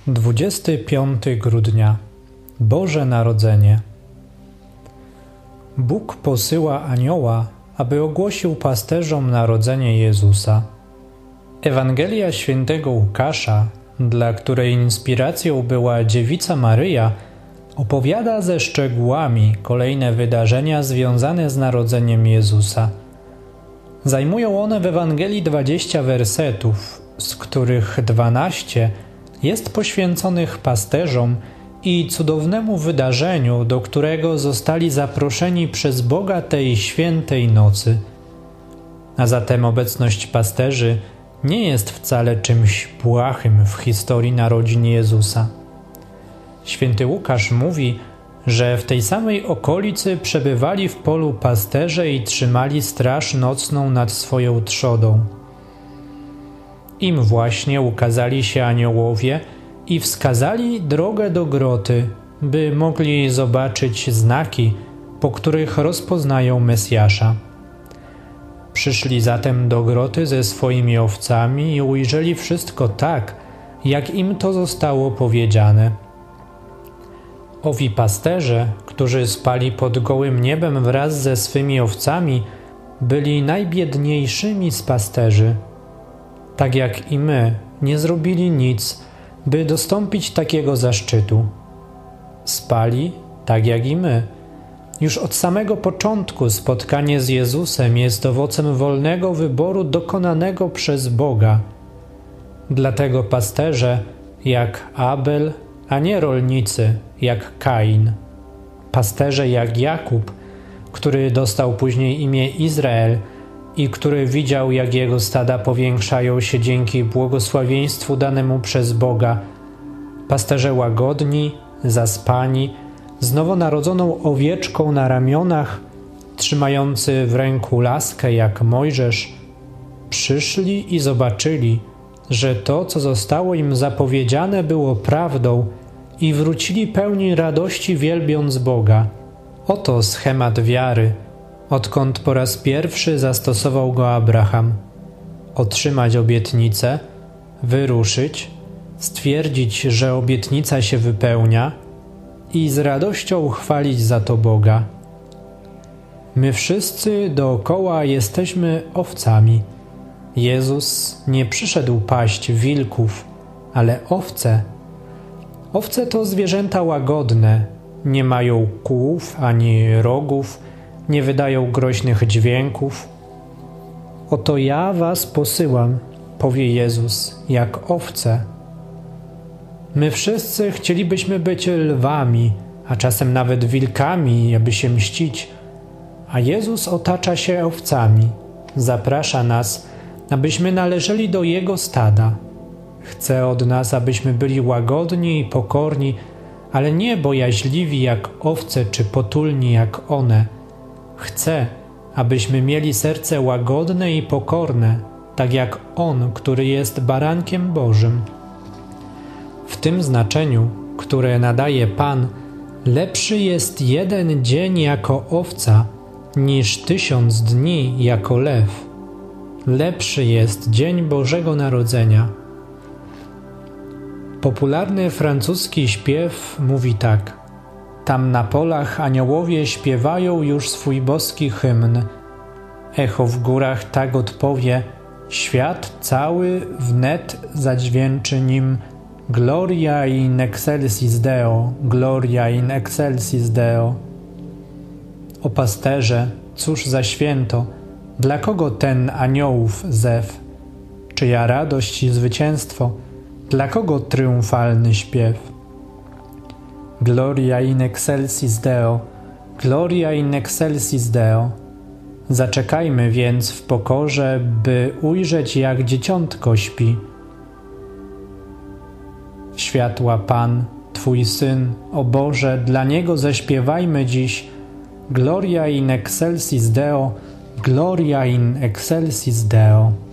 25 grudnia Boże Narodzenie. Bóg posyła anioła, aby ogłosił pasterzom narodzenie Jezusa. Ewangelia świętego Łukasza, dla której inspiracją była dziewica Maryja, opowiada ze szczegółami kolejne wydarzenia związane z narodzeniem Jezusa. Zajmują one w Ewangelii 20 wersetów, z których 12 jest poświęconych pasterzom i cudownemu wydarzeniu, do którego zostali zaproszeni przez Boga tej świętej nocy. A zatem obecność pasterzy nie jest wcale czymś błahym w historii narodzin Jezusa. Święty Łukasz mówi, że w tej samej okolicy przebywali w polu pasterze i trzymali straż nocną nad swoją trzodą. Im właśnie ukazali się aniołowie i wskazali drogę do groty, by mogli zobaczyć znaki, po których rozpoznają Mesjasza. Przyszli zatem do groty ze swoimi owcami i ujrzeli wszystko tak, jak im to zostało powiedziane. Owi pasterze, którzy spali pod gołym niebem wraz ze swymi owcami, byli najbiedniejszymi z pasterzy. Tak jak i my, nie zrobili nic, by dostąpić takiego zaszczytu. Spali tak jak i my. Już od samego początku spotkanie z Jezusem jest owocem wolnego wyboru dokonanego przez Boga. Dlatego pasterze, jak Abel, a nie rolnicy, jak Kain. Pasterze jak Jakub, który dostał później imię Izrael i który widział, jak jego stada powiększają się dzięki błogosławieństwu danemu przez Boga. Pasterze łagodni, zaspani, z nowonarodzoną owieczką na ramionach, trzymający w ręku laskę jak Mojżesz, przyszli i zobaczyli, że to, co zostało im zapowiedziane, było prawdą i wrócili pełni radości, wielbiąc Boga. Oto schemat wiary, odkąd po raz pierwszy zastosował go Abraham. Otrzymać obietnicę, wyruszyć, stwierdzić, że obietnica się wypełnia i z radością chwalić za to Boga. My wszyscy dookoła jesteśmy owcami. Jezus nie przyszedł paść wilków, ale owce. Owce to zwierzęta łagodne, nie mają kłów ani rogów, nie wydają groźnych dźwięków. Oto ja was posyłam, powie Jezus, jak owce. My wszyscy chcielibyśmy być lwami, a czasem nawet wilkami, aby się mścić, a Jezus otacza się owcami, zaprasza nas, abyśmy należeli do Jego stada. Chce od nas, abyśmy byli łagodni i pokorni, ale nie bojaźliwi jak owce czy potulni jak one. Chce, abyśmy mieli serce łagodne i pokorne, tak jak On, który jest barankiem Bożym. W tym znaczeniu, które nadaje Pan, lepszy jest 1 dzień jako owca, niż 1000 dni jako lew. Lepszy jest dzień Bożego Narodzenia. Popularny francuski śpiew mówi tak: tam na polach aniołowie śpiewają już swój boski hymn. Echo w górach tak odpowie, świat cały wnet zadźwięczy nim Gloria in excelsis Deo, Gloria in excelsis Deo. O pasterze, cóż za święto, dla kogo ten aniołów zew? Czyja radość i zwycięstwo? Dla kogo triumfalny śpiew? Gloria in excelsis Deo, Gloria in excelsis Deo. Zaczekajmy więc w pokorze, by ujrzeć, jak dzieciątko śpi. Światła Pan, Twój Syn, o Boże, dla Niego zaśpiewajmy dziś Gloria in excelsis Deo, Gloria in excelsis Deo.